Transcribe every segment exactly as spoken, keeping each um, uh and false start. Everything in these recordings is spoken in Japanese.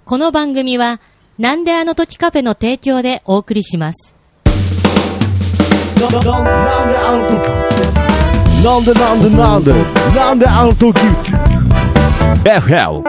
この番組はなんであの時カフェの提供でお送りします。 なんであの時なんでなんでなんでなんであの時 エフエル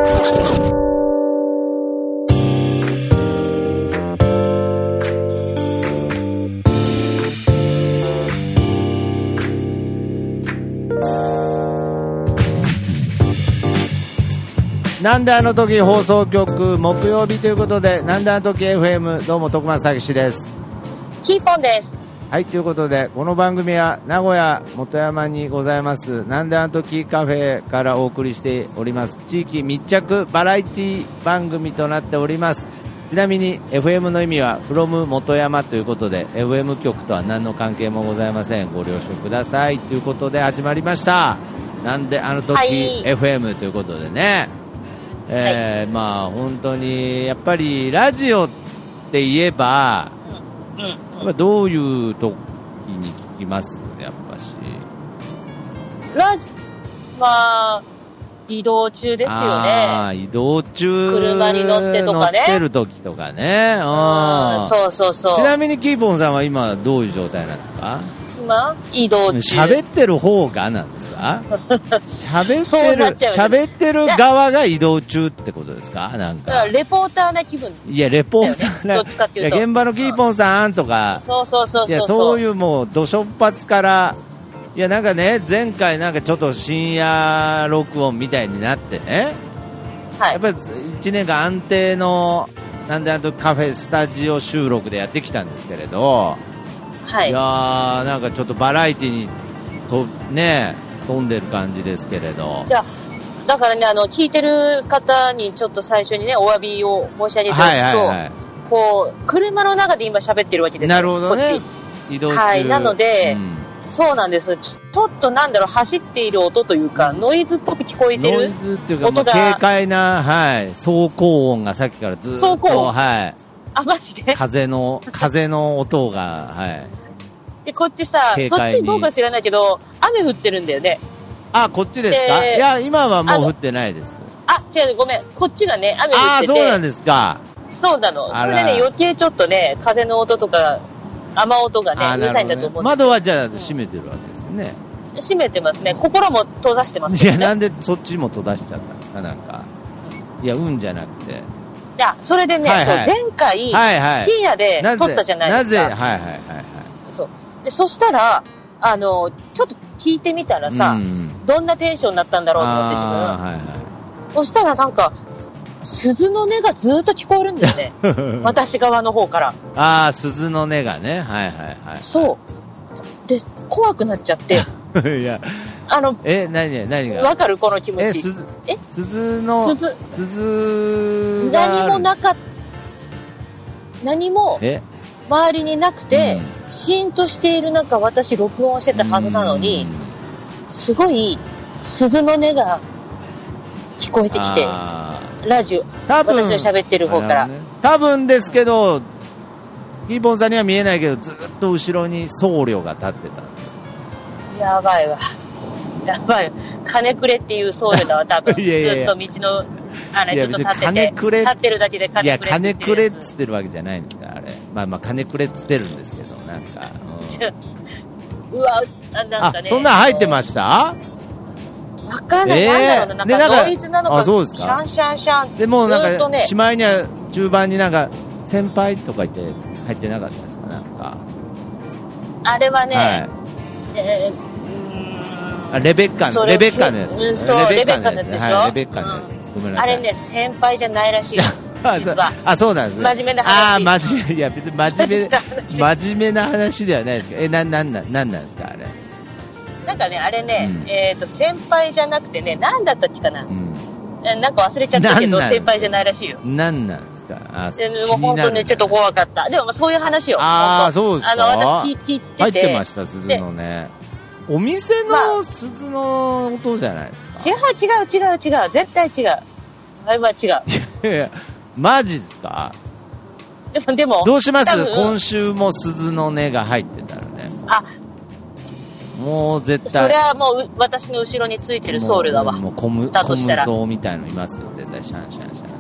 なんであの時放送局木曜日ということで、なんであの時 エフエム、どうも徳松たけしです。 キーポンです。 はい、ということでこの番組は名古屋本山にございますなんであの時カフェからお送りしております。地域密着バラエティ番組となっております。ちなみに エフエム の意味は from 本山ということで エフエム 局とは何の関係もございません。ご了承くださいということで始まりました。なんであの時、はい、エフエム ということでね、えーはい、まあ本当にやっぱりラジオって言えば、うんうん、まあ、どういう時に聞きますやっぱしラジまあ移動中ですよね。 あ移動中車に乗ってとかね、 乗ってる時とかね。あそうそうそう。 ちなみにキーポンさんは今どういう状態なんですか？ 今移動中。 喋ってる方がなんですか？喋ってる喋ってる側が移動中ってことですか？なんかだからレポーターな気分、ね、 いやレポーターな、 どっちかっていうといや現場のキーポンさんとか、 そうそうそうそう、 いやそういうもうどしょっぱつから、いやなんかね前回なんかちょっと深夜録音みたいになってね、はい、やっぱりいちねんかん安定のなんであのカフェスタジオ収録でやってきたんですけれど、はい、いやーなんかちょっとバラエティにとね飛んでる感じですけれど、いやだからねあの聞いてる方にちょっと最初にねお詫びを申し上げておくと、はいはいはい、こう車の中で今喋ってるわけですよ。 なるほどね、移動中、 はい、なので、うん、そうなんです。ちょっとなんだろう走っている音というか、うん、ノイズっぽく聞こえてるノイズっていうか音が、まあ、軽快な、はい、走行音がさっきからずっと走行音、 はい、 あマジで風の風の音が、はい、 でこっちさそっちどうか知らないけど雨降ってるんだよね。 あこっちですか？いや今はもう降ってないです。 あ違うごめんこっちがね雨降ってて、 あそうなんですか。 そうなの。それでね余計ちょっとね風の音とか雨音がねうるさいんだと思うんですよ。 窓はじゃあ閉めてるわけですね。 閉めてますね。心も閉ざしてますけどね。 いやなんでそっちも閉ざしちゃったんですか？なんかいや運じゃなくて、 じゃあそれでね、はいはい、そう前回、はいはい、深夜で撮ったじゃないですか。 なぜはいはいはいはい。 そうでそしたらあのちょっと聞いてみたらさ、うん、どんなテンションになったんだろうと思ってしまう、はいはい、そしたらなんか鈴の音がずっと聞こえるんだよね私側の方から。 ああ鈴の音がね、はいはいはい、はい、 そうで怖くなっちゃっていやあのえ何何がわかるこの気持ち。 え鈴え鈴の鈴鈴何もなかった何もえ周りになくて、うん、シーンとしている中私録音してたはずなのに、すごい鈴の音が聞こえてきて、ラジオ多分私の喋ってる方から、ね、 多分ですけどキーポンさんには見えないけどずっと後ろに僧侶が立ってたんですよ。 やばいわやばい金くれっていう僧侶だわ多分いやいやいやずっと道のあれちょっと立ってて立ってるだけで金くれって言ってるやつ。いや金くれっつってるわけじゃないんですかあれ。まあまあ金くれっつってるんですけどなんか、 うん、うわなんかねあそんなん入ってました？ わかんない、えー、なんだろうな、なんかノイズなのか、 あそうですか。 シャンシャンシャンでもなんか、ね、しまいには中盤になんか先輩とか言って入ってなかったですかなんかあれはね、はいえー、あレベッカのレベッカのやつ、 うん、そうレベッカのやつでしょ、 はい、レベッカのやつ、うん、ごめんなさい。 あれね先輩じゃないらしいよ実は。 あそうなんですね。 真面目な話。 あ真面目いや別に真面目真面目な話ではないですけどえななんなんなんなんですかあれ。 なんかねあれね、うん、えっ、ー、と先輩じゃなくてね何だったっけかな、うん、なんか忘れちゃったけど先輩じゃないらしいよ。 なんなんですか。あでも本当ねちょっと怖かった。でもそういう話よ。 ああそうですか。 あの私聞いてて入ってました鈴のね。お店の鈴の音じゃないですか。 違う違う違う違う絶対違う。あれは違う。 いやいやマジですか。 でもでもどうします？今週も鈴の音が入ってたらね。 あもう絶対それはもう私の後ろについてるソウルだわ。 もうコムコムソウみたいのいますよ絶対シャンシャンシャンシャン。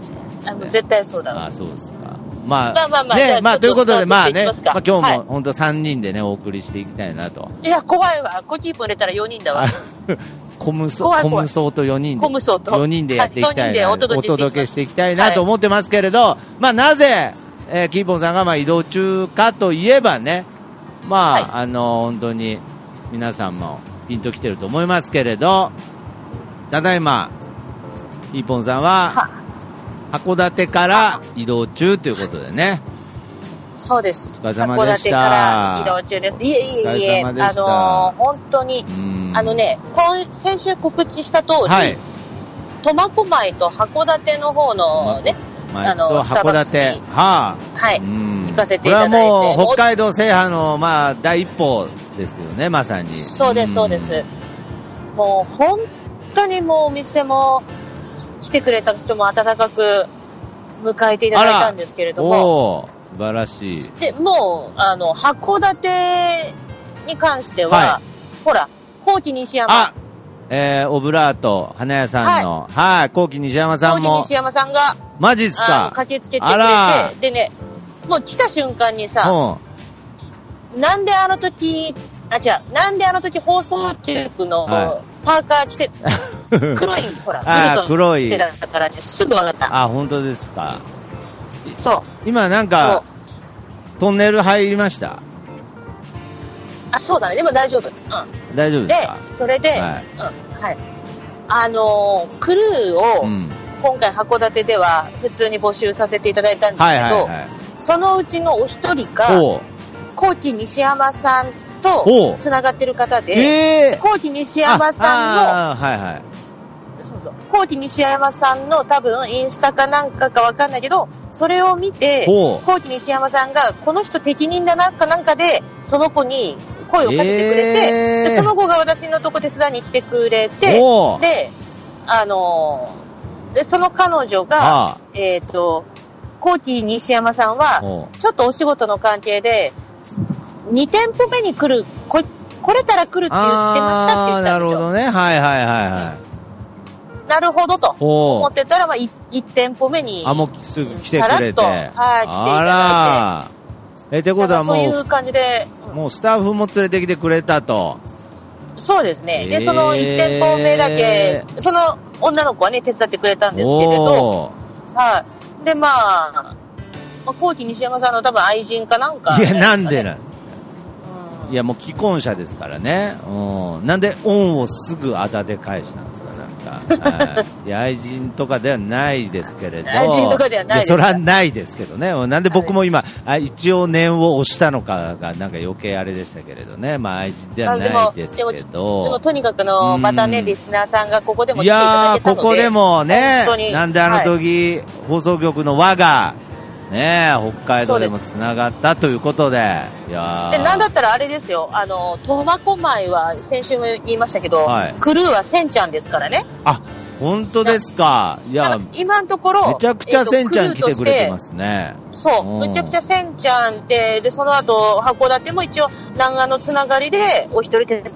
ね。 あの絶対そうだわ。 あ、そうですか。まあ、 まあまあまあ、 ね、まあ、ということで、まあね、まあ、今日はいも本当さんにんでね、お送りしていきたいなと。 いや、怖いわ。コキープン入れたらよにんだわ。 コムソ、コムソーとよにんで、 コムソーとよにんでやっていきたいな、 はいお届けしていきたいなと思ってますけれど、はい、まあ、なぜ、えー、キーポンさんがまあ移動中かといえばね、まあ、はい、あの、本当に皆さんもピンときてると思いますけれど、ただいま、キーポンさんは、函館から移動中ということでね。 そうです。 お疲れ様でした。 函館から移動中です。いえいえいえ、あのー、本当に、あのね、今、先週告知した通り、はい、苫小牧と函館の方のね、あの、スタバスに、はあ、はい、行かせていただいて。 これはもう、北海道制覇の、まあ、第一歩ですよね、まさに。 そうです、そうです。もう、本当にもう、お店も、来てくれた人も温かく迎えていただいたんですけれども、 素晴らしい。 でもうあの函館に関しては、はい、ほら高知西山、 あ、えー、オブラート花屋さんの、はい、はい、高知西山さんも、 高知西山さんがマジっすか、 駆けつけてくれて、でね、もう来た瞬間にさ、うん、なんであの時、あ、違う、なんであの時放送局の、はい、パーカー着て、黒い、ほら、 あ、黒い。 着てたからね、すぐ分かった。 あ、本当ですか。 そう。 今なんか、トンネル入りました？ あ、そうだね。でも大丈夫。うん。 大丈夫ですか？ で、それで、はい。うん、はい。あのー、クルーを、うん、今回函館では普通に募集させていただいたんですけど、はいはいはい、そのうちのお一人が、高知西山さんとつながってる方で、えー、高知西山さんの、 はいはい、 そうそう、高知西山さんの多分インスタかなんかかわかんないけど、それを見て、高知西山さんがこの人適任だなかなんかで、その子に声をかけてくれて、えー、でその子が私のとこ手伝いに来てくれて、で、あのー、でその彼女が、えっと、高知西山さんは、ちょっとお仕事の関係で、に店舗目に来る、こ、来れたら来るって言ってましたって言ってたんですよ。 なるほどね。はいはいはいはい。 なるほどと思ってたら、まあ、いち店舗目に、 あ、もうすぐ来てくれて。はい、来ていただいて。 あらえ、ってことはもう、 そういう感じで、 うん、もうスタッフも連れてきてくれたと。 そうですね。で、そのいち店舗目だけ、その女の子はね、手伝ってくれたんですけれど、はい。で、まあ、まあ、高知西山さんの多分愛人かなんか、 ね。いや、なんでなんいやもう既婚者ですからね、うん、なんで恩をすぐあだで返したんですか、なんか、はい、いや愛人とかではないですけれど、 愛人とかではないです、 それはないですけどね、なんで僕も今、はい、一応念を押したのかがなんか余計あれでしたけれどね、まあ、愛人ではないですけど、で も, で も, でもとにかくの、またね、リスナーさんがここでも来ていただけたので、 いやここでもね、なんであの時、はい、放送局の輪が。ねえ、北海道でもつながったということで、いやでなんだったらあれですよ、あの苫小牧は先週も言いましたけど、はい、クルーはせんちゃんですからね。 あ、本当ですか。いや、 今のところめちゃくちゃせんちゃん来てくれてますね。 そう、めちゃくちゃせんちゃんで、でその後函館も一応南岸のつながりでお一人手伝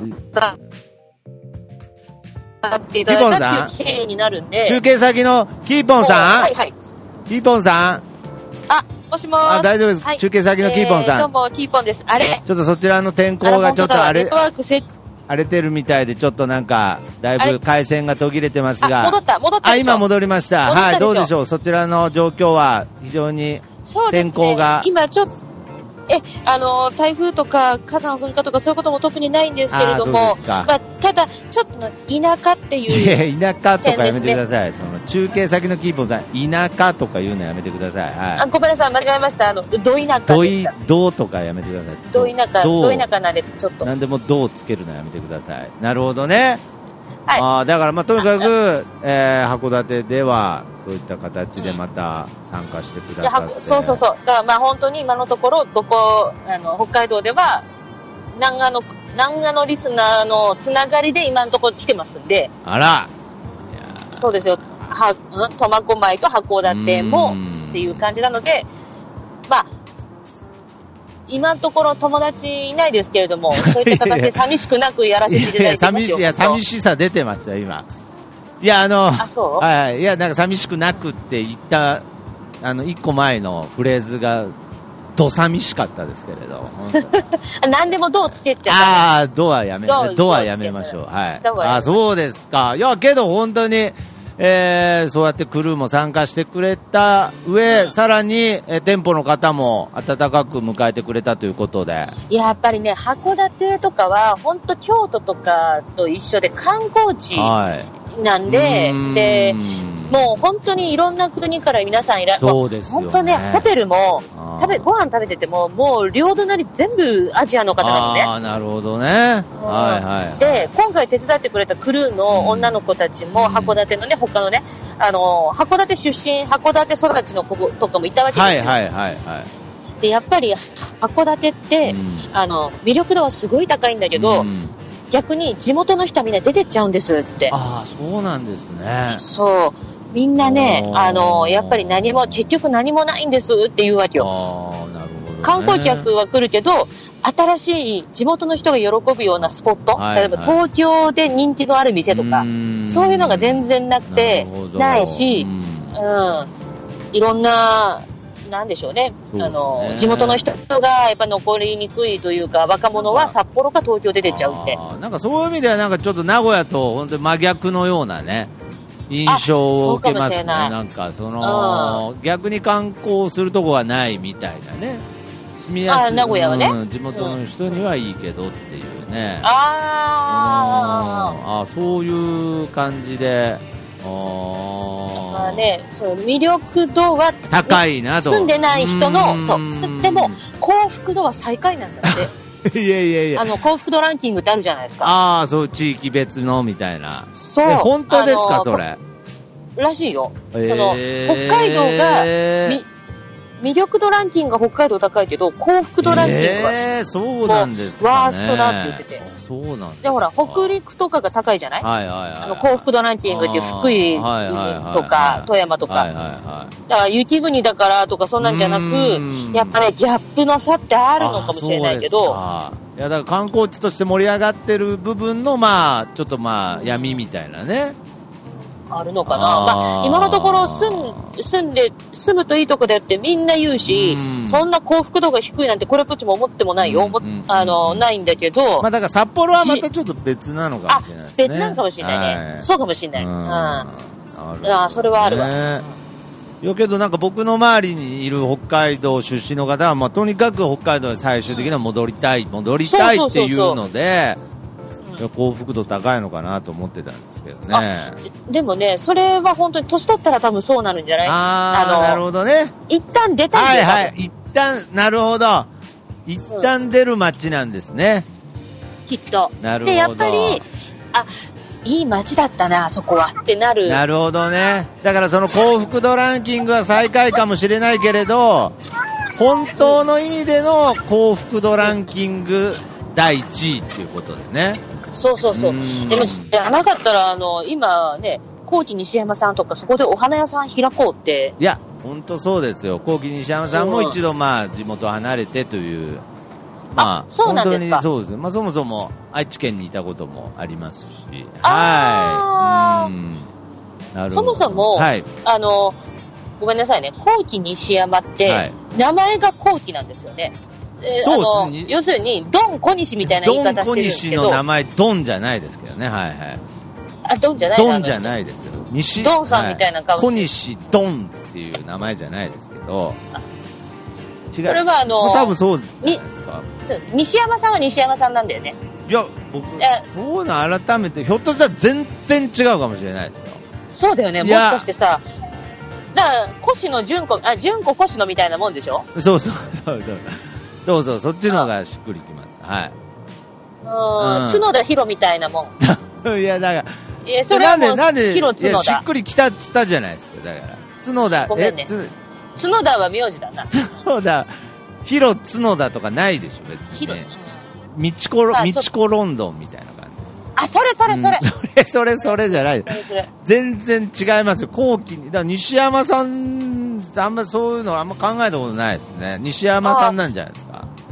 っていただいたっていう経緯になるんで。 中継先のキーポンさん、 はいはい、 キーポンさん。 あ、もしもーし。 あ、大丈夫です。はい、中継先のキーポンさん。 えー、どうも、キーポンです。あれちょっとそちらの天候がちょっと荒れ、 荒れてるみたいで、ちょっとなんか、だいぶ回線が途切れてますが。 戻った、戻った。 あ、今戻りました。はい、どうでしょう。そちらの状況は非常に天候が。 ね、今ちょっと、え、あの、台風とか火山噴火とかそういうことも特にないんですけれども、まあ、ただ、ちょっとの田舎っていう、ね。 いや、田舎とかやめてください。その中継先のキーポンさん、田舎とか言うのやめてください。はい、 あ、ごめんなさい、間違えました。あの、ど田舎でした。 どどとかやめてください。 ど田舎、ど田舎なんで、ちょっと。 なんでもどをつけるのやめてください。なるほどね。 はい、 あだから、まあ、とにかく、えー、函館ではそういった形でまた参加してくださって、うん、 そうそうそう、だからまあ本当に今のところどこあの北海道では南岸の南岸のリスナーのつながりで今のところ来てますんで。 あら、 いやそうですよ、は苫小牧と函館もっていう感じなので、まあ今のところ友達いないですけれども、そういった形で寂しくなくやらせていただいてますよ。 いや、寂しさ出てました今。いや、あの、 あ、そう？ はい、いや、なんか寂しくなくって言ったあのいっこまえのフレーズがど寂しかったですけれど何でもどうつけちゃう。 ああ、ドアやめ、ドアやめましょう。はい。あ、そうですか。いや、けど本当に、えー、そうやってクルーも参加してくれた上、うん、さらに、えー、店舗の方も温かく迎えてくれたということで。 やっぱりね、函館とかは、本当京都とかと一緒で観光地なんで、はい、で、もう本当にいろんな国から皆さんいらっしゃる。そうですよね。本当ね、ホテルも、食べ、ご飯食べてても、もう両隣全部アジアの方なのね。 ああ、なるほどね。はいはい。 で、今回手伝ってくれたクルーの女の子たちも、函館のね、他のね、あの、函館出身、函館育ちの子とかもいたわけですよ。はいはいはいはい。で、やっぱり、函館って、うん、あの、魅力度はすごい高いんだけど、うん、逆に地元の人はみんな出てっちゃうんですって。 ああ、そうなんですね。 そう。みんなね、あの、やっぱり何も、結局何もないんですって言うわけよ。 ああ、なるほど、ね。 観光客は来るけど、新しい地元の人が喜ぶようなスポット、はいはい、例えば東京で人気のある店とか、そういうのが全然なくて、な, ないし、うん、いろんな、なんでしょうね、うねあの、地元の人がやっぱ残りにくいというか、若者は札幌か東京出てっちゃうって。 なんかそういう意味ではなんかちょっと名古屋と本当に真逆のようなね、印象を受けますね。な, なんかその、うん、逆に観光するとこがないみたいなね。住みやすい、 名古屋はね、 うん、地元の人にはいいけどっていうね。 うん、ああ、そういう感じで。あまあね、そう魅力度は高いなと。 住んでない人の、そう、でも幸福度は最下位なんだって。 いやいやいや、 あの幸福度ランキングってあるじゃないですか。 ああ、そう、地域別のみたいな。 そう。 本当ですか、それ。 らしいよ。えー、その北海道が魅力度ランキングが北海道高いけど、幸福度ランキングは、 えー、そうなんですかね、 ワーストだって言ってて。 そうなんですか。 で、ほら、北陸とかが高いじゃない、 はいはいはい、 あの幸福度ランキングっていう福井とか富山とか、はいはいはい、だから雪国だからとかそんなんじゃなく、やっぱねギャップの差ってあるのかもしれないけど、 いやだから観光地として盛り上がってる部分のまあちょっとまあ闇みたいなね。 あるのかな。あ、まあ、今のところ住ん、住んで住むといいとこだよってみんな言うし、うん、そんな幸福度が低いなんてこれっぽっちも思ってもないよ、うんうん、あのないんだけど、 まあ、だから札幌はまたちょっと別なのかもしれないですね。 あ、別なのかもしれないね、はい、そうかもしれない、うん、ああそれはあるわ、 ね。いやけどなんか僕の周りにいる北海道出身の方は、まあ、とにかく北海道に最終的には戻りたい戻りたいっていうので、幸福度高いのかなと思ってたんですけどね。 で, でもね、それは本当に年取ったら多分そうなるんじゃない？ ああ、なるほどね。 一旦出たいんだよ。 はいはい。一旦、なるほど。一旦出る街なんですね。 うん、きっと。 なるほど。 で、やっぱり、あ、いい街だったな、あそこはってなる。 なるほどね。だからその幸福度ランキングは最下位かもしれないけれど、本当の意味での幸福度ランキングだいいちいっていうことですね。 そうそうそう。でも、じゃなかったら、あの、今ね、高木西山さんとかそこでお花屋さん開こうって。 いや、本当そうですよ。高木西山さんも一度、まあ、地元離れてという。まあ、 そうなんですか。 本当にそうです。まあ、そもそも愛知県にいたこともありますし。 はい。 うん。なるほど。 そもそも、はい、あの、ごめんなさいね。高木西山って、はい、名前が高木なんですよね。そうですね、要するにドン小西みたいな言い方してるんですけど、 ドン小西の名前ドンじゃないですけどね、はいはい。 あ、ドンじゃないドンじゃないですよ。 西ドンさんみたいな顔して、 はい、小西ドンっていう名前じゃないですけど、 違う。これはあのー、 多分そうじゃないですか。 そう、西山さんは西山さんなんだよね。 いや、僕そういうの改めてひょっとしたら全然違うかもしれないですよ。 そうだよね。もしかしてさ。だから越野純子、あ、純子越野みたいなもんでしょ。 そうそうそうそう。そうそう、そっちの方がしっくりきます。はい。 うん、角田博みたいなもん。いや、だから。 いや、それはもう、 なんで、 角田。 しっくりきたっつったじゃないですか。だから。角田。 ごめんね。角田は名字だな。 角田、博角田とかないでしょ、別に、ね。みちこ、みちこロンドンみたいな感じです。 あ、それそれそれ。 うん、それそれそれじゃないです。それそれ全然違いますよ。後期に。だから西山さん、あんまそういうのあんま考えたことないですね。西山さんなんじゃないですか。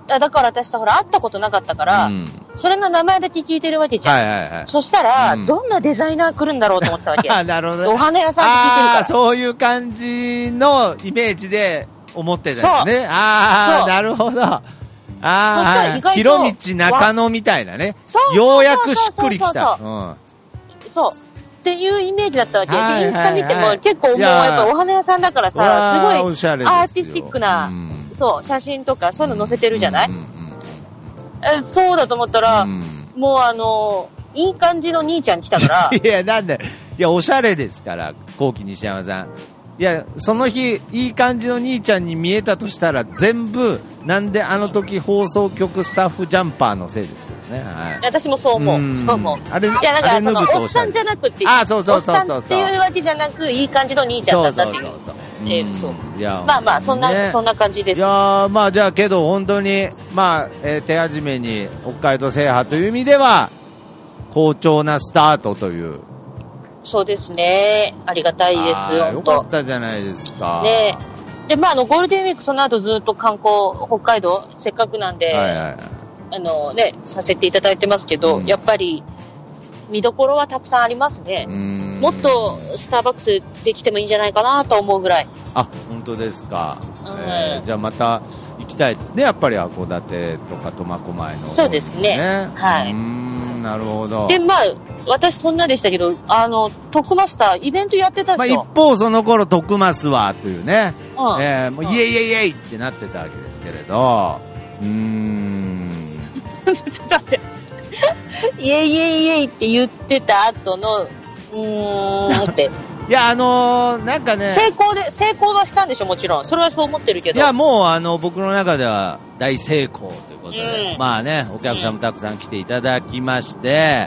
だから私さ、ほら、会ったことなかったから、うん、それの名前だけ聞いてるわけじゃん。はいはいはい、そしたら、うん、どんなデザイナー来るんだろうと思ったわけ。 なるほど。 お花屋さんって聞いてるから。 そういう感じのイメージで思ってたんですね。ああ、なるほど。ああ、広道中野みたいなね。ようやくしっくりきた。 そう。っていうイメージだったわけ。はいはいはい、で、インスタ見ても結構もうやっぱお花屋さんだからさ、すごいアーティスティックな、うん、そう、写真とかそういうの載せてるじゃない、うんうんうん、そうだと思ったら、うん、もうあの、いい感じの兄ちゃん来たから。 いや、なんで、いや、おしゃれですから、後期西山さん。いや、その日、いい感じの兄ちゃんに見えたとしたら、全部、なんであの時放送局スタッフジャンパーのせいですけどね。はい、 私もそう思う。うそう思う。 あれ、いや、なんか、その、おっさんじゃなくて、 あ、そうそうそうそうそう。 おっさんっていうわけじゃなく、いい感じの兄ちゃんだったっていう。そうそうそうそう。えー、そう。いや、まあまあ、そんな、ね、そんな感じです。 いやまあ、じゃあ、けど、本当に、まあ、えー、手始めに、北海道制覇という意味では、好調なスタートという。 そうですね。ありがたいです。 よかったじゃないですか。 ね。で、まあ、あの、ゴールデンウィークその後ずっと観光、北海道、せっかくなんで、はいはいはい、あのね、させていただいてますけど、うん、やっぱり、見どころはたくさんありますね。もっとスターバックスできてもいいんじゃないかなと思うぐらい。 あ、本当ですか。うん、えー、じゃあまた行きたいですね。やっぱり函館とか苫小牧の、ね。 そうですね。はい。 うーん、なるほど。 で、まあ、私そんなでしたけど、あの、徳マスター、イベントやってたでしょ。 まあ、一方その頃、徳マスはというね、うん、えー、もうイエイイエイイエイってなってたわけですけれど、うーん。 ちょっと待って。イエイイエイイエイって言ってた後の、うーんって。 いや、あのー、なんかね。 成功で、成功はしたんでしょ、もちろん。それはそう思ってるけど。 いや、もう、あの、僕の中では大成功ということで、うん、まあね、お客さんもたくさん来ていただきまして、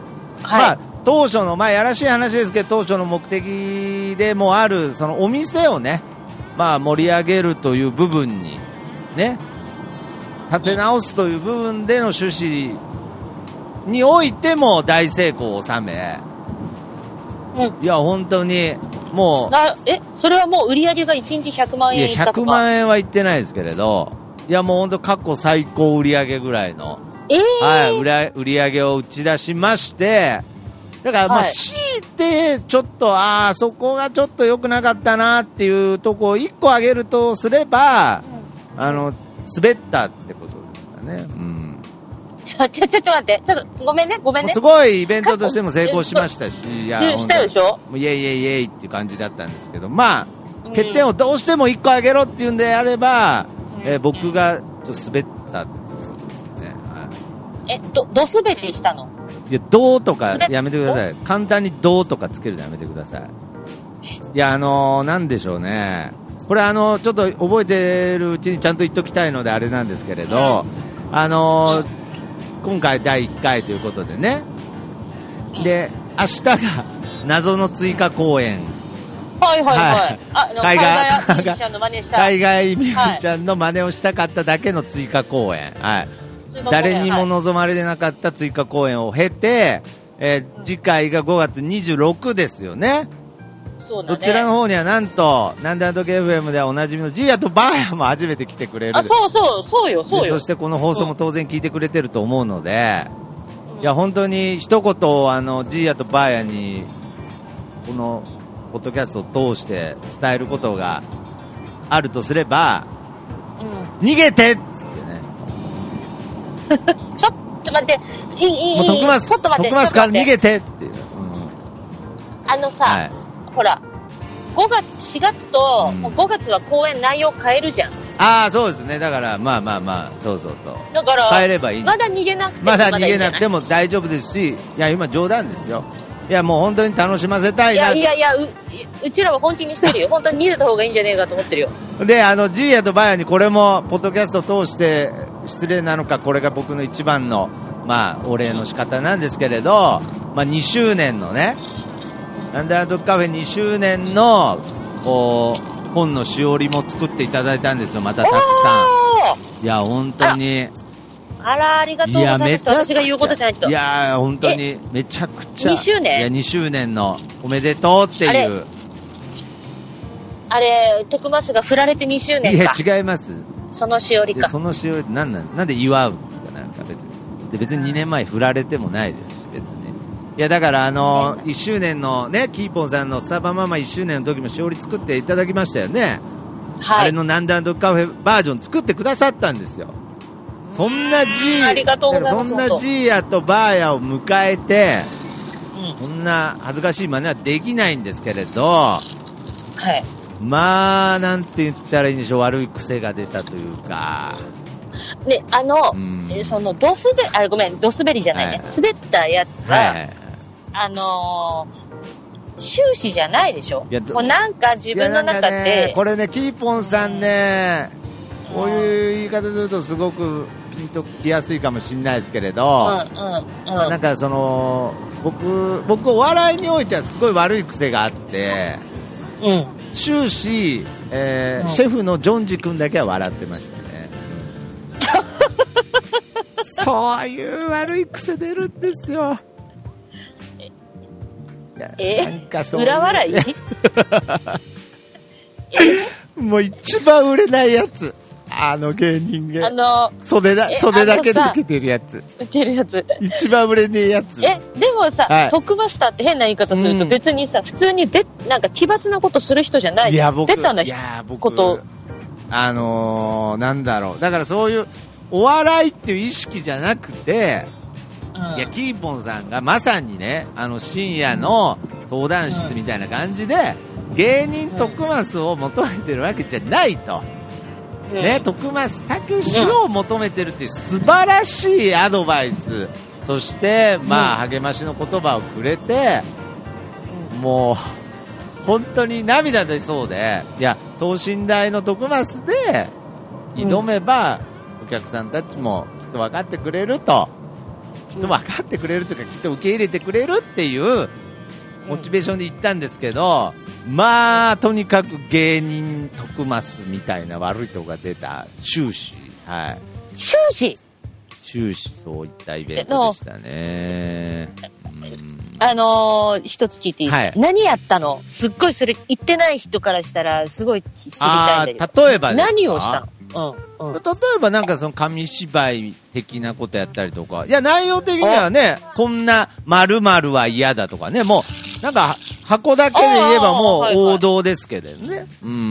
うん、まあ、はい、当初の、まあ、やらしい話ですけど、当初の目的でもある、そのお店をね、まあ、盛り上げるという部分に、ね、立て直すという部分での趣旨においても大成功を収め、うん、いや、本当に、もう、 なえ、それはもう売り上げがいちにちひゃくまんえんいったとか。 いや、ひゃくまんえんはいってないですけれど、いや、もう本当過去最高売り上げぐらいの、 えー、 はい、売り、売り上げを打ち出しまして、だから、まあ、強いて、ちょっと、ああ、そこがちょっと良くなかったなっていうとこをいっこ挙げるとすれば、うん、あの、滑ったってことですかね。うん。 ちょ、ちょ、ちょっと待って。ちょっと、ごめんね、ごめんね。 すごいイベントとしても成功しましたし、 いや、したでしょ？ イエイイエイイエイっていう感じだったんですけど、まあ、うん、欠点をどうしてもいっこ挙げろっていうんであれば、うん、えー、僕がちょっと滑ったっていうことですね。 はい、え、ど、ど滑りしたの？ いや、どうとかやめてください。簡単にどうとかつけるのやめてください。いや、あのー、なんでしょうね。これあのー、ちょっと覚えてるうちにちゃんと言っときたいのであれなんですけれど、うん、あのー、今回だいいっかいということでね。で、明日が謎の追加公演。 はいはいはい。あの海外ミュージシャンの真似した。 海外ミュージシャンの真似をしたかっただけの追加公演。はい。誰にも望まれてなかった追加公演を経て、えー、次回がごがつにじゅうろくですよね。 そうだね。 どちらの方にはなんと、なんであの時 エフエム ではおなじみのジーヤとバーヤも初めて来てくれる。 あ、そうそう、そうよ、そうよ。 そしてこの放送も当然聞いてくれてると思うので、うん、いや、本当に一言、あの、ジーヤとバーヤに、この、ポッドキャストを通して伝えることがあるとすれば、うん、逃げてっつってね。 ちょっと待って、いい、いい、 もう徳松、 ちょっと待って、 徳松から逃げてっていう。うん、 あのさ、はい、ほら、ごがつ、しがつと、うん、ごがつは公演内容変えるじゃん。 ああ、そうですね。だから、まあまあまあ、そうそうそう。 だから、 変えればいい。 まだ逃げなくてもまだ逃げなくても大丈夫ですし、いや、今冗談ですよ。いや、もう本当に楽しませたいな。 いやいやいや、う、うちらは本気にしてるよ。本当に逃げた方がいいんじゃねえかと思ってるよ。 で、あの、ジーヤとバヤにこれも、ポッドキャストを通して、失礼なのか、これが僕の一番の、まあ、お礼の仕方なんですけれど、まあ、にしゅうねんのね、なんであの時カフェにしゅうねんの、こう、本のしおりも作っていただいたんですよ、またたくさん。いや、本当に。 あら、ありがとうございます。私が言うことじゃないけど。 いや、本当に、めちゃくちゃ。 にしゅうねん？ いや、にしゅうねんの、おめでとうっていう。 あれ、徳松が振られてにしゅうねんか。 いや、違います。 そのしおりか。 そのしおりって何なんなんで祝うんですか、なんか別に。で別ににねんまえ振られてもないですし、別に。いやだからあのー、いっしゅうねんのね、キーポンさんのスタバママいっしゅうねんの時もしおり作っていただきましたよね。はい。あれのなんであの時カフェバージョン作ってくださったんですよ。そんなジー、 ありがとうございます。 そんなジーヤとバーヤを迎えて、うん、そんな恥ずかしい真似はできないんですけれど、はい。まあ、なんて言ったらいいんでしょう、悪い癖が出たというか。 ね、あの、うん、その、ドスベ、あ、ごめん、ドスベリじゃないね。はい、滑ったやつは、はいはいはい、あのー、終始じゃないでしょ。いやこうなんか自分の中で、 ね、これね、キーポンさんね、うん、こういう言い方するとすごくピンときやすいかもしれないですけれど、うんうんうん、なんかその、僕、僕お笑いにおいてはすごい悪い癖があって、うん、終始、えーうん、シェフのジョンジ君だけは笑ってましたね。そういう悪い癖出るんですよ。 えなんかそう裏笑いえもう一番売れないやつ、あの芸人が、 あの袖だ、袖だけで受けてるやつ、 受けるやつ一番売れねえやつ。 えでもさ、はい、トックバスターって変な言い方すると、うん、別にさ普通にべなんか奇抜なことする人じゃないじゃん。ベタなことあのー、なんだろう、だからそういうお笑いっていう意識じゃなくて、うん、いやキーポンさんがまさにね、あの深夜の相談室みたいな感じで、うん、芸人徳増を求めてるわけじゃないと、うんね、徳増たけしを求めてるっていう素晴らしいアドバイス、そしてまあ励ましの言葉をくれて、もう本当に涙出そうで、いや等身大の徳増で挑めば、うん、お客さんたちもきっと分かってくれると、きっと分かってくれるというか、きっと受け入れてくれるっていうモチベーションで行ったんですけど、まあとにかく芸人徳増みたいな悪いとこが出た終始、はい、 終始終始そういったイベントでしたね。 あのー、一つ聞いていいですか、はい、何やったの？すっごいそれ言ってない人からしたらすごい知りたいんだけど。 例えばですか？ 何をしたの？うんうん、例えばなんかその紙芝居的なことやったりとか、いや内容的にはね、こんな〇〇は嫌だとかね、もうなんか箱だけで言えばもう王道ですけどね。はいはい、うん、うん。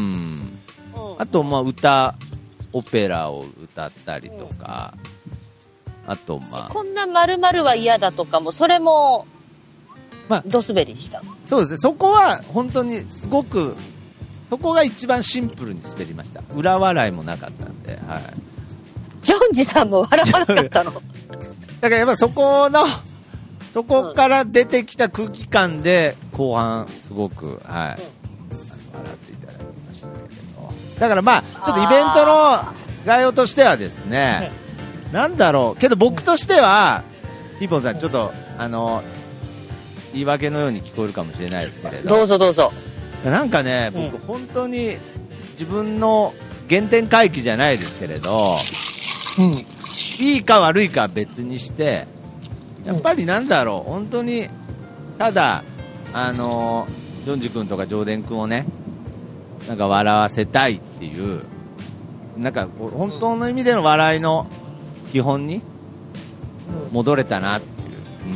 あとまあ歌、オペラを歌ったりとか、うん、あとまあこんな〇〇は嫌だとかも、それもまあドスベリした。 そうですね。そこは本当にすごく。そこが一番シンプルに滑りました。裏笑いもなかったんで、はい。 ジョンジさんも笑わなかったの？だからやっぱそこの、そこから出てきた空気感で、後半すごく、はい、うん、笑っていただきましたけど。だからまあ、ちょっとイベントの概要としてはですね、なんだろう、けど僕としては、ヒーポンさん、ちょっと、あの、言い訳のように聞こえるかもしれないですけれど。 どうぞどうぞ。 なんかね、僕、うん、本当に自分の原点回帰じゃないですけれど、うん、いいか悪いかは別にして、やっぱりなんだろう、本当にただあのジョンジ君とかジョーデン君をね、なんか笑わせたいっていう、なんか本当の意味での笑いの基本に戻れたなっていう、うん、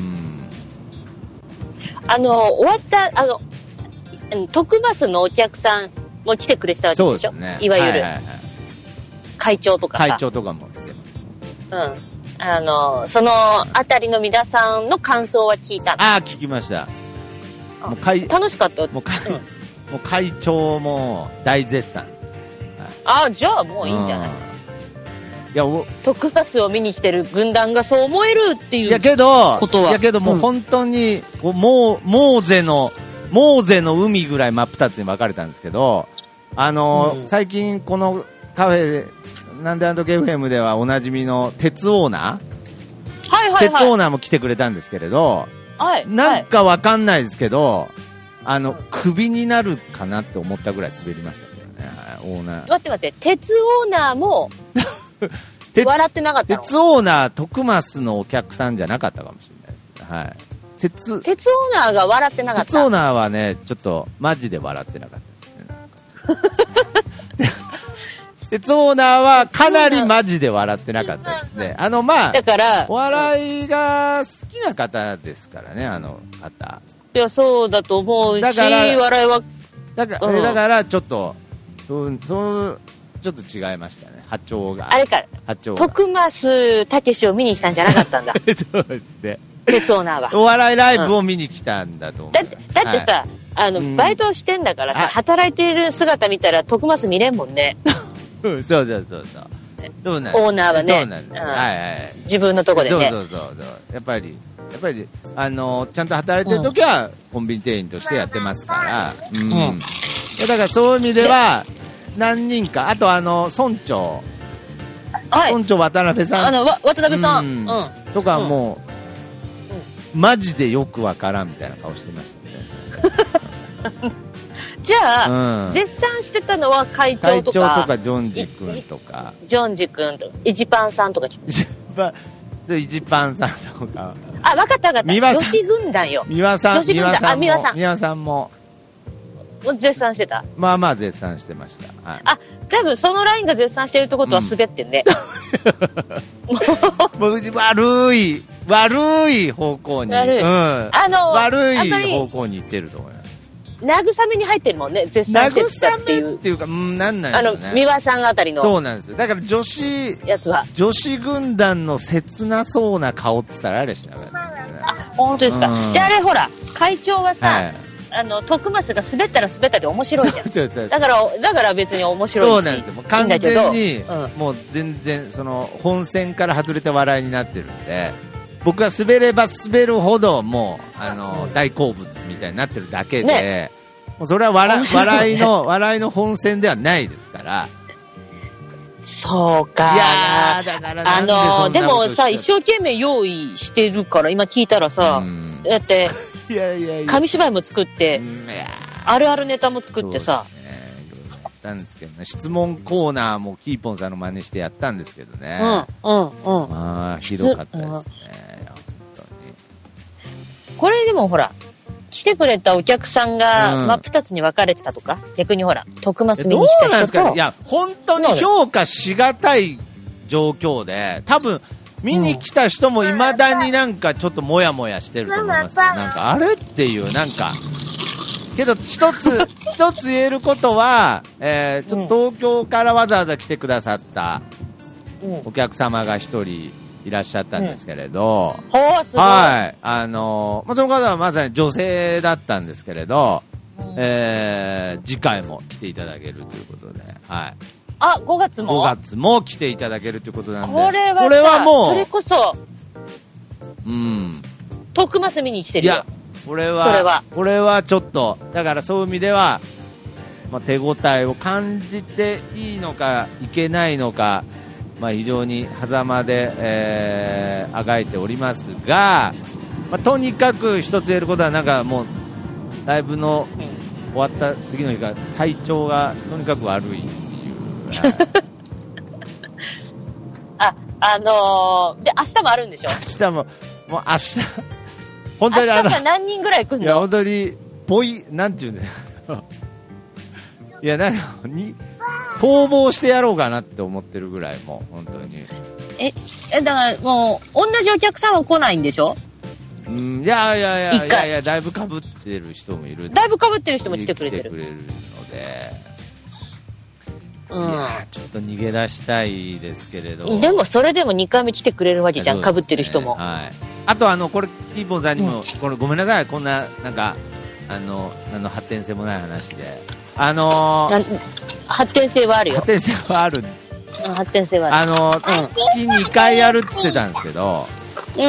あの終わったあの徳増のお客さんも来てくれてたわけでしょ、ね、いわゆる、はいはいはい、会長とかさ、 会長とかも来てます、うん、あのそのあたりの皆さんの感想は聞いた。 ああ聞きました。もう会楽しかった。 もう会、うん、もう会長も大絶賛です、 はい、ああじゃあもういいんじゃない、うん、いやお徳増を見に来てる軍団がそう思えるっていうことは。 いやけどいやけどもう本当に、うん、もうモーゼのモーゼの海ぐらい真っ二つに分かれたんですけど、あのーうん、最近このカフェなんであの時 エフエム ではおなじみの鉄オーナー、はいはいはい、鉄オーナーも来てくれたんですけれど、はい、なんか分かんないですけど、あのクビになるかなって思ったぐらい滑りましたけどね、オーナー。 待って待って、鉄オーナーも笑ってなかったの？ 鉄オーナー徳増のお客さんじゃなかったかもしれないですね、はい。鉄, 鉄オーナーが笑ってなかった。 鉄オーナーはねちょっとマジで笑ってなかったですね。 鉄オーナーはかなりマジで笑ってなかったですね。あの、まあ、 だから、 お笑いが好きな方ですからね、あの方。 いや、そうだと思うし、 だから笑いは。 だから、うん、だからちょっと、そう、そう、ちょっと違いましたね、波長が。 あれか、 波長が。 徳増たけしを見に来たんじゃなかったんだ。 そうですね。 鉄オーナーは。 お笑いライブを見に来たんだと思う。 だって、だってさ、はい、あの、うん、バイトしてんだからさ、働いている姿見たら徳増見れんもんね。 そうそうそうそう。そうなんオーナーはね。 そうなんです。はいはい。 自分のとこでね。 そうそうそうそう。やっぱり、やっぱり、あのー、ちゃんと働いてる時は、コンビニ店員としてやってますから、うん。うん、いやだからそういう意味では、何人か、あとあの、村長。 はい。 村長渡辺さん。 あの、わ渡辺さん。うん。 うん、とかもう、うん、マジでよくわからんみたいな顔してましたね。 じゃあ、うん、絶賛してたのは会長とか。 会長とか、ジョンジ君とか。 ジョンジ君とか、イジパンさんとか来て。 イジパンさんとか。 あ、わかったわかった。女子軍団よ。 三輪さん。 女子軍団。あ、三輪さん。 三輪さんも。 絶賛してた。 まあまあ絶賛してました。はい、 あ、多分そのラインが絶賛してるってことは滑ってんね。 もう悪い、悪い方向に。 悪い。 うん。あの、 悪い方向に行ってると思います。 慰めに入ってるもんね、絶賛してたっていう。 慰めっていうか、うん、なんなんですかね。 あの、三輪さんあたりの。 そうなんですよ。だから女子、 やつは。 女子軍団の切なそうな顔って言ったらあれしなかったですね。 あ、本当ですか。で、あれほら、会長はさ、はい、あの、徳増が滑ったら滑ったで面白いじゃん。そうそうそう。だから、だから別に面白いし。 そうなんですよ。もう完全に、うん、もう全然、その、本線から外れた笑いになってるんで、僕が滑れば滑るほど、もう、あの、うん、大好物みたいになってるだけで、ね、もうそれは笑、ね、笑いの、笑いの本線ではないですから。 そうか。 いやー、だからなんでそんなことあの、でもさ、一生懸命用意してるから、今聞いたらさ、うん、だって、 いやいやいや紙芝居も作って、あるあるネタも作ってさ。 そうですね、いろいろやったんですけどね、質問コーナーもキーポンさんの真似してやったんですけどね。 うん、うん、うん。 まあ、ひどかったですね。うん、本当に。 これでもほら、来てくれたお客さんが真っ二つに分かれてたとか、うん、逆にほら、徳増見に来た人と。 どうなんですかね、いや、本当に評価しがたい状況で、多分、見に来た人も未だになんかちょっともやもやしてると思います。なんかあれっていう、なんか。けど一つ、一つ言えることは、えー、ちょっと東京からわざわざ来てくださったお客様が一人いらっしゃったんですけれど、 うん、 はい。あのー、まあ、その方はまさに女性だったんですけれど、うん、えー、次回も来ていただけるということで、はい。 あ、ごがつもごがつも来ていただけるということなんで、 これはさ、 これはもうそれこそ、 うん。 徳増見に来てるよ。いや、 これは、それは、これはちょっと、だからそういう意味では、まあ、手応えを感じていいのか、いけないのか、まあ、非常に狭間で、えー、あがいておりますが、まあ、とにかく一つ言えることは、なんかもう、ライブの終わった次の日が、体調がとにかく悪い。 あ、あのー、で、明日もあるんでしょ？ 明日も、もう明日、本当にあの、 明日何人ぐらい来んの？ いや、本当に、ぽい、なんていうんですか。いや、なんか、に、逃亡してやろうかなって思ってるぐらい、もう、本当に。 え、え、だからもう、同じお客さんは来ないんでしょ？ うん、いやいやいや、いやいや、だいぶ被ってる人もいる。 だいぶ被ってる人も来てくれてる。 来てくれるので。 うん、 いやちょっと逃げ出したいですけれど、 でもそれでもにかいめ来てくれるわけじゃん、かぶ、ね、ってる人も、 はい、あとあのこれキーポンさんにも、うん、これごめんなさい、こんななんかあのあの発展性もない話で、あのー、 発展性はあるよ、 発展性はある、 うん、発展性はある、 あのーうん、月にかいやるって言ってたんですけど、 うんうん、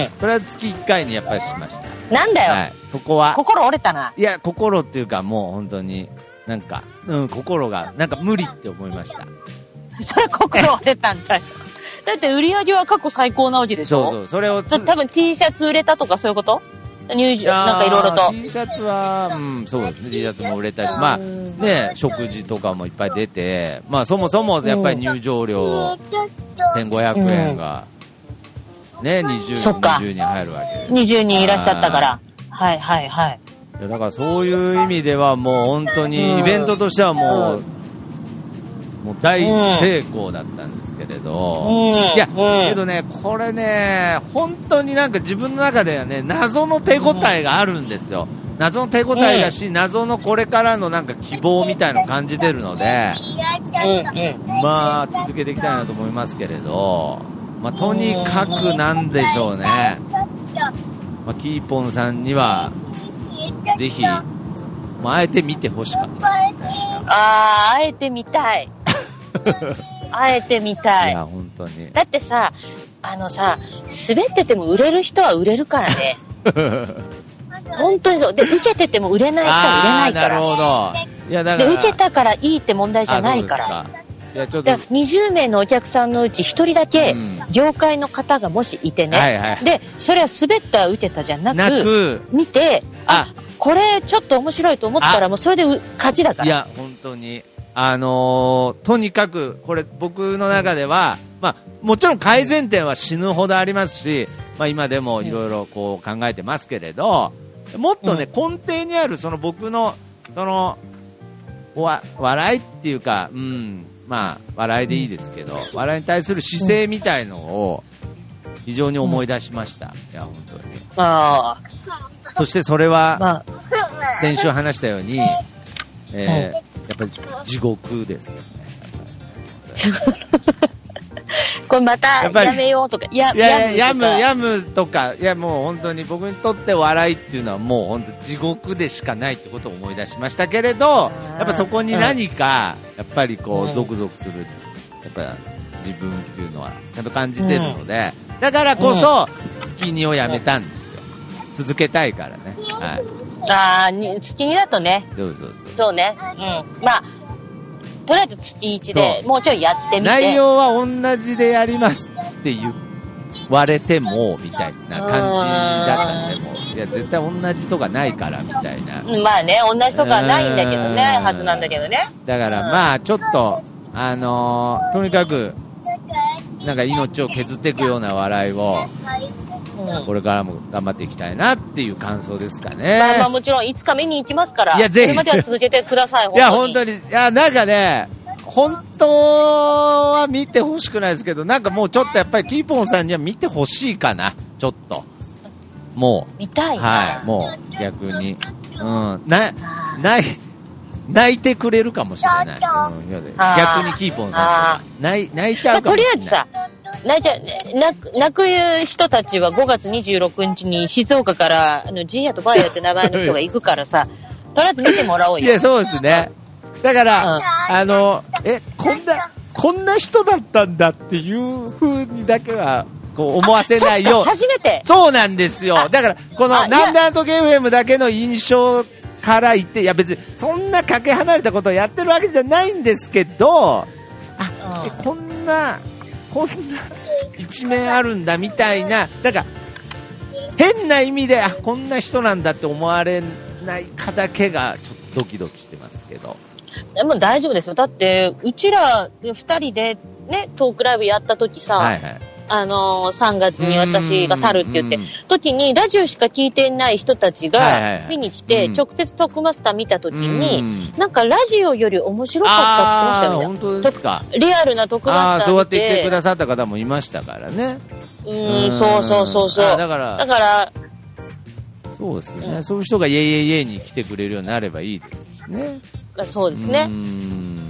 それは月いっかいにやっぱりしました。 なんだよ、 はい、そこは心折れたな。 いや心っていうかもう本当になんか、うん、心が、なんか無理って思いました。 それ心折れたんだよ。だって売り上げは過去最高なわけでしょ？ そうそう、それを多分 T シャツ売れたとかそういうこと？入場、なんかいろいろと。 T シャツは、うん、そうですね、T シャツも売れたし、まあ、ね、食事とかもいっぱい出て、まあ、そもそもやっぱり入場料せんごひゃくえんが、うん、ね、にじゅうにん入るわけです。 にじゅうにんいらっしゃったから。はいはいはい。 いやだからそういう意味ではもう本当にイベントとしてはもうもう大成功だったんですけれど、うん、いや、うん、けどね、これね、本当になんか自分の中ではね、謎の手応えがあるんですよ。謎の手応えだし、うん、謎のこれからのなんか希望みたいなのを感じてるので、うん、まあ続けていきたいなと思いますけれど、まあ、とにかくなんでしょうね、まあ、キーポンさんにはぜひ、まあ、あえて見てほしかった、ね、 あー、あえて見たいあえて見たい。 いや本当にだってさ、あのさ、滑ってても売れる人は売れるからね本当にそうで、受けてても売れない人は売れないから。 なるほど。いやだからで受けたからいいって問題じゃないから。いやちょっとにじゅうめいのお客さんのうちひとりだけ業界の方がもしいてね、うんはいはい、でそれは滑った受けたじゃなく、なく見て、あ、これちょっと面白いと思ったらもうそれで勝ちだから。 いや本当にあのー、とにかくこれ僕の中では、まあ、もちろん改善点は死ぬほどありますし、まあ、今でもいろいろこう考えてますけれど、もっとね、うん、根底にあるその僕のそのわ笑いっていうか、うん、まあ笑いでいいですけど、笑いに対する姿勢みたいのを非常に思い出しました。いや本当に。 あそしてそれは、まあ、先週話したように、えー、やっぱり地獄ですよね。 これまたやめようとか、 やいややむやむとか、いやもう本当に僕にとって笑いっていうのはもう本当地獄でしかないってことを思い出しましたけれど、やっぱそこに何かやっぱりこうゾクゾクするやっぱ自分っていうのはちゃんと感じてるので、だからこそ月にをやめたんですよ。続けたいからね。はい。 ああ、月にだとね。 そうそうそう。 そうね。うん。まあ。とりあえず月いちでもうちょいやってみて、 内容は同じでやりますって言われてもみたいな感じだったんで、もういや絶対同じとかないからみたいな。 まあね、同じとかないんだけどね、はずなんだけどね。 だからまあちょっとあのー、とにかくなんか命を削っていくような笑いをこれからも頑張っていきたいなっていう感想ですかね。 まあまあもちろんいつか見に行きますから、いやぜひそれまでは続けてください。 いや本当に、いやなんかね、本当は見てほしくないですけど、なんかもうちょっとやっぱりキーポンさんには見てほしいかな、ちょっともう見たいな、 はい、もう逆に、うん、なない泣いてくれるかもしれない、うん、逆にキーポンさんとか泣い、泣いちゃうかもしれない、まあ、とりあえずさ泣いちゃ泣く、泣く人たちはごがつにじゅうろくにちに静岡からあのジンヤとバイヤって名前の人が行くからさとりあえず見てもらおうよ。 いやそうですね、だから、うん、あのえこんなこんな人だったんだっていう風にだけはこう思わせないよう、 初めてそうなんですよ。だからこのなんであの時 エフエム だけの印象から言って、いや別にそんなかけ離れたことをやってるわけじゃないんですけど、あ、うん、えこんなこんな一面あるんだみたいな、だから変な意味であこんな人なんだって思われないかだけがちょっとドキドキしてますけど。 でも大丈夫ですよ。だってうちらふたりでねトークライブやった時さ、はいはい、あのー、さんがつに私が去るって言って時にラジオしか聞いてない人たちが見に来て直接トークマスター見た時になんかラジオより面白かったって言ってましたよね。 本当ですか。 リアルなトークマスター見て、 そうやって言ってくださった方もいましたからね。 うん、そうそうそうそう。 だからだからそうですね、うん、そういう人がイエイエイエイに来てくれるようになればいいですしね。 そうですね。 うん、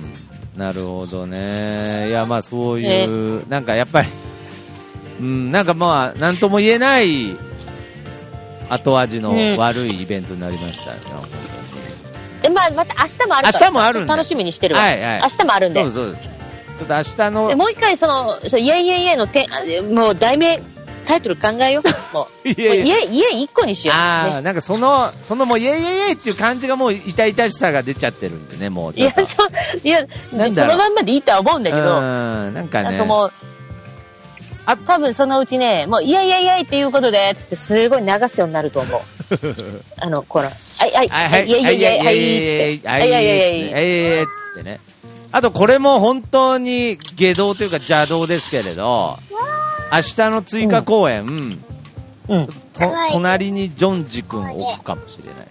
なるほどね。いやまあそういう、えー、なんかやっぱりうん、なんかまあ何とも言えない後味の悪いイベントになりましたね、うん、本当に。 でまあまた明日もあるから、 明日もあるんで楽しみにしてるわ、 はいはい、 明日もあるんで。 そうですそうです。ちょっと明日のでもう一回そのそうイエイエイエイのてもう題名タイトル考えよう。もういやいや家家一個にしよう。 ああ、ね、なんかそのそのもうイエイエイエイっていう感じがもう痛々しさが出ちゃってるんでね、もうちょっと。いやそいやそのまんまでいいとは思うんだけど、うんなんかね。なんかもうあ多分そのうちねもうイエイエイエイっていうことでつってすごい流すようになると思う。あのこのはいはいはいイエイエイエイはいはいはいはいはいっつってね。あとこれも本当に下道というか邪道ですけれど。明日の追加公演、うんうん、と隣にジョンジ君を置くかもしれないです。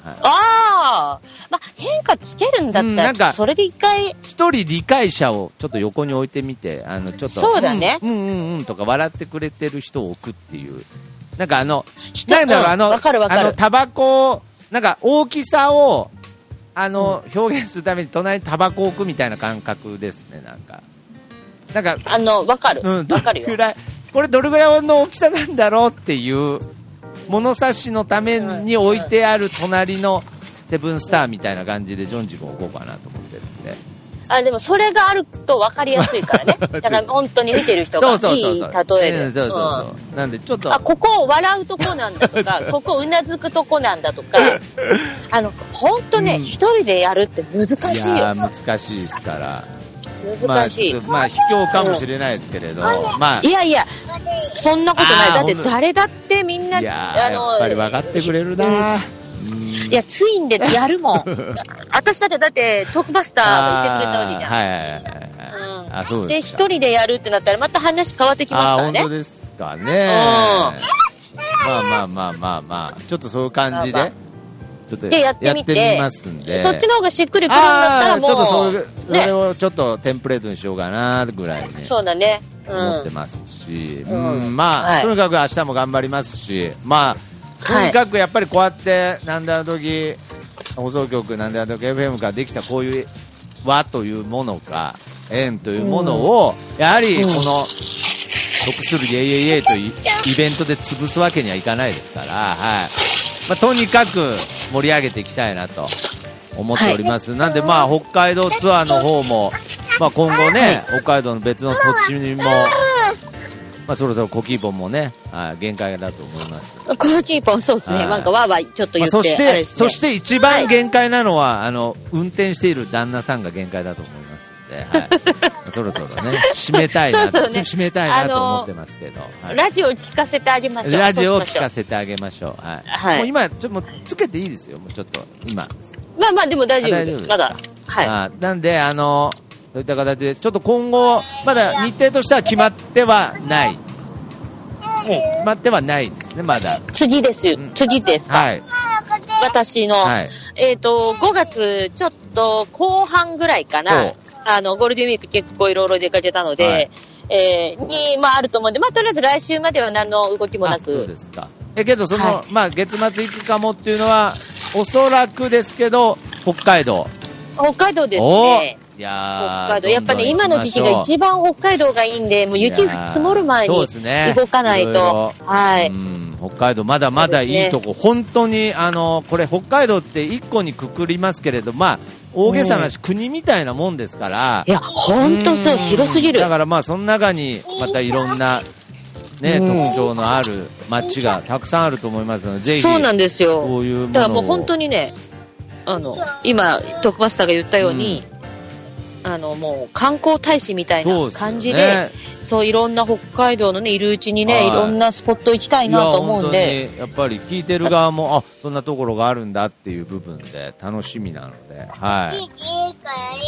はい、 ああ、まあ、変化つけるんだったら、うん、なんかそれで一回一人理解者をちょっと横に置いてみて、あのちょっとそうだね、 うん、うんうんうんとか笑ってくれてる人を置くっていう、なんかあのなんだろう、あのわかるわかる、 あのタバコなんか大きさをあの、うん、表現するために隣にタバコを置くみたいな感覚ですね。なんかなんかあのわかる、 うん、 わかるよ。 これどれぐらいの大きさなんだろうっていう物差しのために置いてある隣のセブンスターみたいな感じでジョンジ君を置こうかなと思ってるんで。 あ、でもそれがあると分かりやすいからね。だから本当に見てる人がいい例えで。そうそうそうそう、なんでちょっと、 あ、ここ笑うとこなんだとかここうなずくとこなんだとかあの本当ね、一、うん、人でやるって難しいよ。いや難しいですから難しい。 まあ、まあ、卑怯かもしれないですけれど、うん、まあ、 いやいや、そんなことない。だって誰だってみんな、 いやあのやっぱり分かってくれるな。 いや、ツインでやるもん。私だって、だって、トークバスターがいてくれたわけじゃん。 はいはいはいはい。うん、あ、そうですか。 で、一人でやるってなったら、また話変わってきますからね。 あ、本当ですかね。まあまあまあまあまあ、ちょっとそういう感じで、まあまあ、ちょっとやってみて、やってみますんで。 そっちの方がしっくりくるんだったらもう、 ちょっとそれ、ね、それをちょっとテンプレートにしようかな、ぐらいに。 そうだね。 うん、思ってますし、うん、うん、まあ、はい、とにかく明日も頑張りますし、まあ、とにかくやっぱりこうやってなんであの時放送局なんであの時 エフエム ができたこういう輪というものか縁というものを、うん、やはりこの、うん、得するイエイエイエイというイベントで潰すわけにはいかないですから、はい、まあ、とにかく盛り上げていきたいなと思っております、はい、なんでまあ北海道ツアーの方も、まあ、今後ね、はい、北海道の別の土地にもまあ、そろそろコキーポンもね、あ、限界だと思います。 コキーポン、そうですね。なんかわーわーちょっと言って、まあ、そして、ね、 そして一番限界なのは、はい、あの、運転している旦那さんが限界だと思いますんで、はい。そろそろね、締めたいなと、そうそうね、締めたいなと思ってますけど、 はい。ラジオを聞かせてあげましょう。 ラジオを聞かせてあげましょう。はい。はい、もう今、ちょっともうつけていいですよ、もうちょっと、今。 まあまあ、でも大丈夫です。まだ。はい。 あ、なんで、あの、そういった形で、ちょっと今後、まだ日程としては決まってはない。決まってはないですね、まだ。 次ですよ、うん、次ですか。はい。私の、はい、えっと、ごがつちょっと後半ぐらいかな、あの、ゴールデンウィーク結構いろいろ出かけたので、はい、えー、に、まああると思うんで、まあとりあえず来週までは何の動きもなく。 そうですか。え、けどその、はい、まあ月末行くかもっていうのは、おそらくですけど、北海道。 北海道ですね。 いや北海道やっぱり、ね、今の時期が一番北海道がいいんで、もう雪積もる前に動かないと、いろいろ、はい、うん、北海道まだまだいいとこ、ね、本当にあのこれ北海道って一個にくくりますけれど、まあ大げさな話、うん、国みたいなもんですから、 いや本当そう、広すぎる。 だからまあその中にまたいろんなね、うん、特徴のある街がたくさんあると思いますので、ぜひそうなんですよ。 こういうものをだからもう本当にね、あの今トップマスターが言ったように。うん、あのもう観光大使みたいな感じ で, そう、ね、そういろんな北海道のねいるうちにね、はい、いろんなスポット行きたいなと思うんで、 やっぱり聞いてる側もあそんなところがあるんだっていう部分で楽しみなので、はい、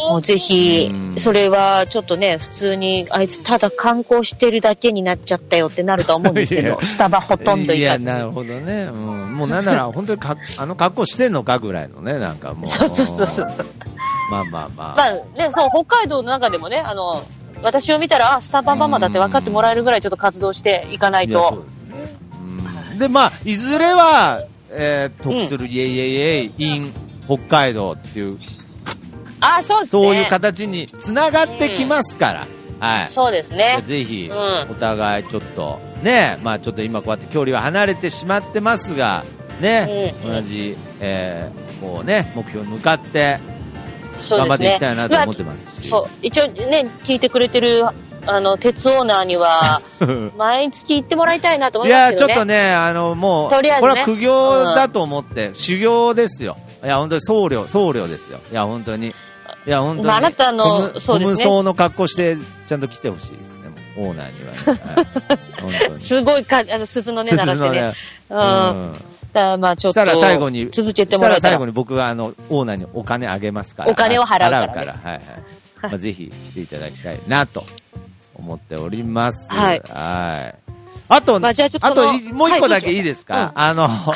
もうぜひそれはちょっとね普通にあいつただ観光してるだけになっちゃったよってなると思うんですけどスタバほとんど行かずに。 いやなるほどね、うん、もうなんなら本当にかあの格好してんのかぐらいのね、なんかもうそうそうそうそうまあまあまあ。 まあね、そう、北海道の中でもね、あの、私を見たら、あ、スタバママだって分かってもらえるぐらいちょっと活動していかないと。そうですね。 うんで、まあ、いずれは、えー、得するイエイエイエイ in 北海道っていう、 あ、そうですね。 そういう形につながってきますから。うん、はい。 そうですね。 ぜひ、うん、お互いちょっと、ね、まあちょっと今こうやって距離は離れてしまってますが、ね、うん、同じ、えー、こうね、目標に向かって、頑張っていきたいなと思ってますし、 まあ、そう一応ね聞いてくれてるあの鉄オーナーには毎月行ってもらいたいなと思いますけどね。 いやちょっとねあのもうとりあえず、ね、これは苦行だと思って、うん、修行ですよ。いや本当に僧侶僧侶ですよ。いや本当にいや本当に、まあ、 あなたのそうですね。 無双の格好してちゃんと来てほしいですね。オーナーには、ね、はい、本当にすごいかあの鈴の音鳴らしてね。うん。だまあちょっとしたら最後に続けてもらえたら。 したら最後に僕があのオーナーにお金あげますから。 お金を払うから、ね。払うから、 はいはい。まあぜひ来ていただきたいなと思っております。 はい。 はい。あと、まあ、じゃあちょっとあともう一個だけいいですか。はい、あの、 はい。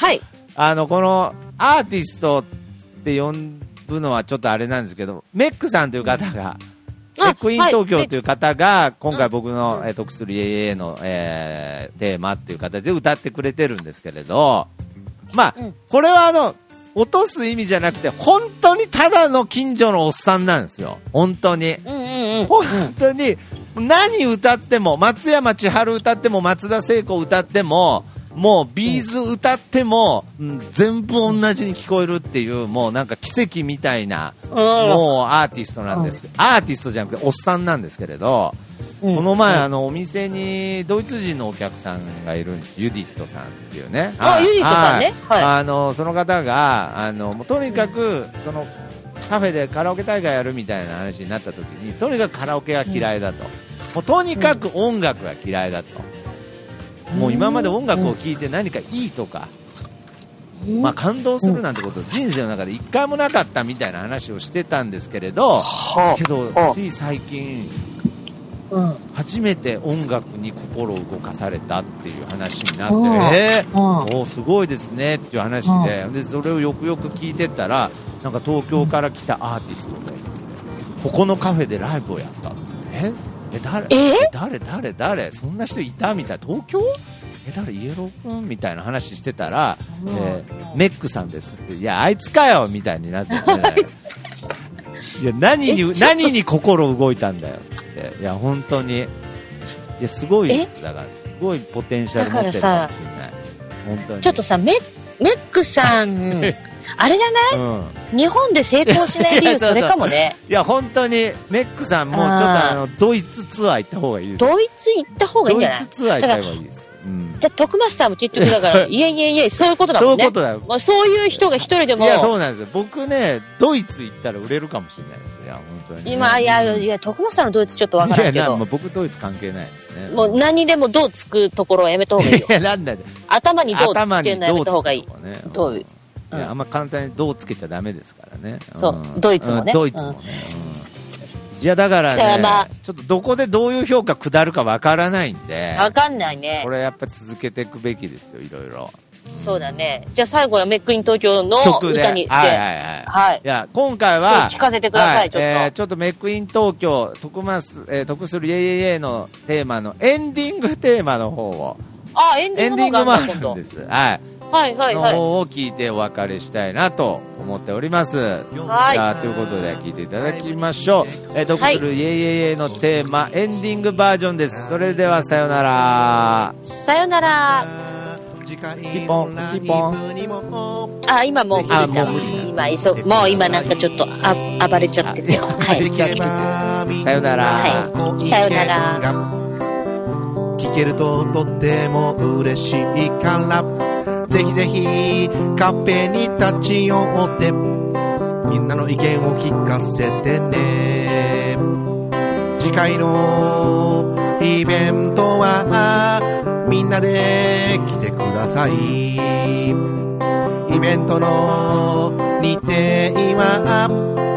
あの、このアーティストって呼ぶのはちょっとあれなんですけど、メックさんという方が、メックイン東京という方が、今回僕の、えー、得するイエイエイの、えー、テーマっていう形で歌ってくれてるんですけれど、まあ、これはあの、落とす意味じゃなくて、本当にただの近所のおっさんなんですよ。本当に。 うんうんうん、 本当に、何歌っても、松山千春歌っても、松田聖子歌っても、もうビーズ歌っても、うん、全部同じに聞こえるっていう、もうなんか奇跡みたいな、うん、もうアーティストなんですけど、アーティストじゃなくておっさんなんですけれど、うん、この前あのお店にドイツ人のお客さんがいるんです。ユディットさんっていうね。 あ、ユディットさんね。はい。 あのその方があのもうとにかくそのカフェでカラオケ大会やるみたいな話になった時に、とにかくカラオケが嫌いだと、うん、もうとにかく音楽が嫌いだと。もう今まで音楽を聴いて何かいいとか、まあ、感動するなんてこと人生の中で一回もなかったみたいな話をしてたんですけれど、けどつい最近初めて音楽に心を動かされたっていう話になって、えー、おすごいですねっていう話で、でそれをよくよく聞いてったら、なんか東京から来たアーティストでですね、ここのカフェでライブをやったんですね。え誰え誰誰誰そんな人いたみたいな、東京え誰イエロー君みたいな話してたら、うん、えー、メックさんですって、いやあいつかよみたいになって、ね、いや何に何に心動いたんだよっつって、いや本当にいやすごいです。だからすごいポテンシャル持ってるかもしれない。本当にちょっとさ、 メメックさんあれじゃない、うん、日本で成功しない理由それかもね。 いや本当にメックさんもちょっとあのドイツツアー行った方がいいです。 ドイツ行った方がいいんじゃない？ ドイツツアー行った方がいいです。うん、 じゃ徳マスターも結局だからいえいえいえそういうことだもんね。 そういうことだよ。 まあ、そういう人が一人でも。 いやそうなんですよ。僕ねドイツ行ったら売れるかもしれないです。いや本当に、ね、 今いやいや徳マスターのドイツちょっとわからないけど。いやまあ、僕ドイツ関係ないですね。 もう何でもどうつくところはやめた方がいいよ。 いやなんだよ。 頭にどうつけるのやめた方がいい。どういう。 いやあんま簡単にどうつけちゃダメですからね。 そう、うん、ドイツもね。 ドイツもね。うん、いやだからね、まあ、ちょっとどこでどういう評価下るかわからないんで。 わかんないね。 これやっぱ続けていくべきですよ、いろいろ。 そうだね。じゃあ最後はメックイン東京の歌に。 はいはいはい。はい。いや今回は聞かせてください、はい、ちょっと。 えー、ちょっとメックイン東京徳増、えー、得するイエイエイエイのテーマのエンディングテーマの方を。 あ、エンディングの方があるんです。はい。 はいはいはい。 の方を聞いてお別れしたいなと思っております。はい。じゃあということで聞いていただきましょう。えー、得するイエイエイエイのテーマエンディングバージョンです。それではさよなら。 さよなら。 キポンキポン。 あ、今もう無理ちゃう。今急もう今なんかちょっとあ暴れちゃってて。はい。 さよなら。 はい。さよなら。 聞けるととっても嬉しいからぜひぜひカフェに立ち寄ってみんなの意見を聞かせてね。次回のイベントはみんなで来てください。イベントの日程は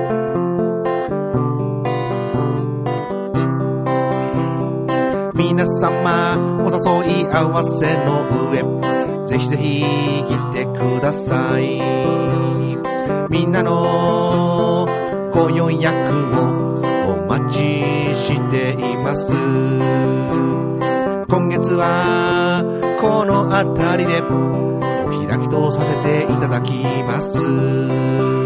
皆様お誘い合わせの上ぜひぜひ来てください。みんなのご予約をお待ちしています。今月はこの辺りでお開きとさせていただきます。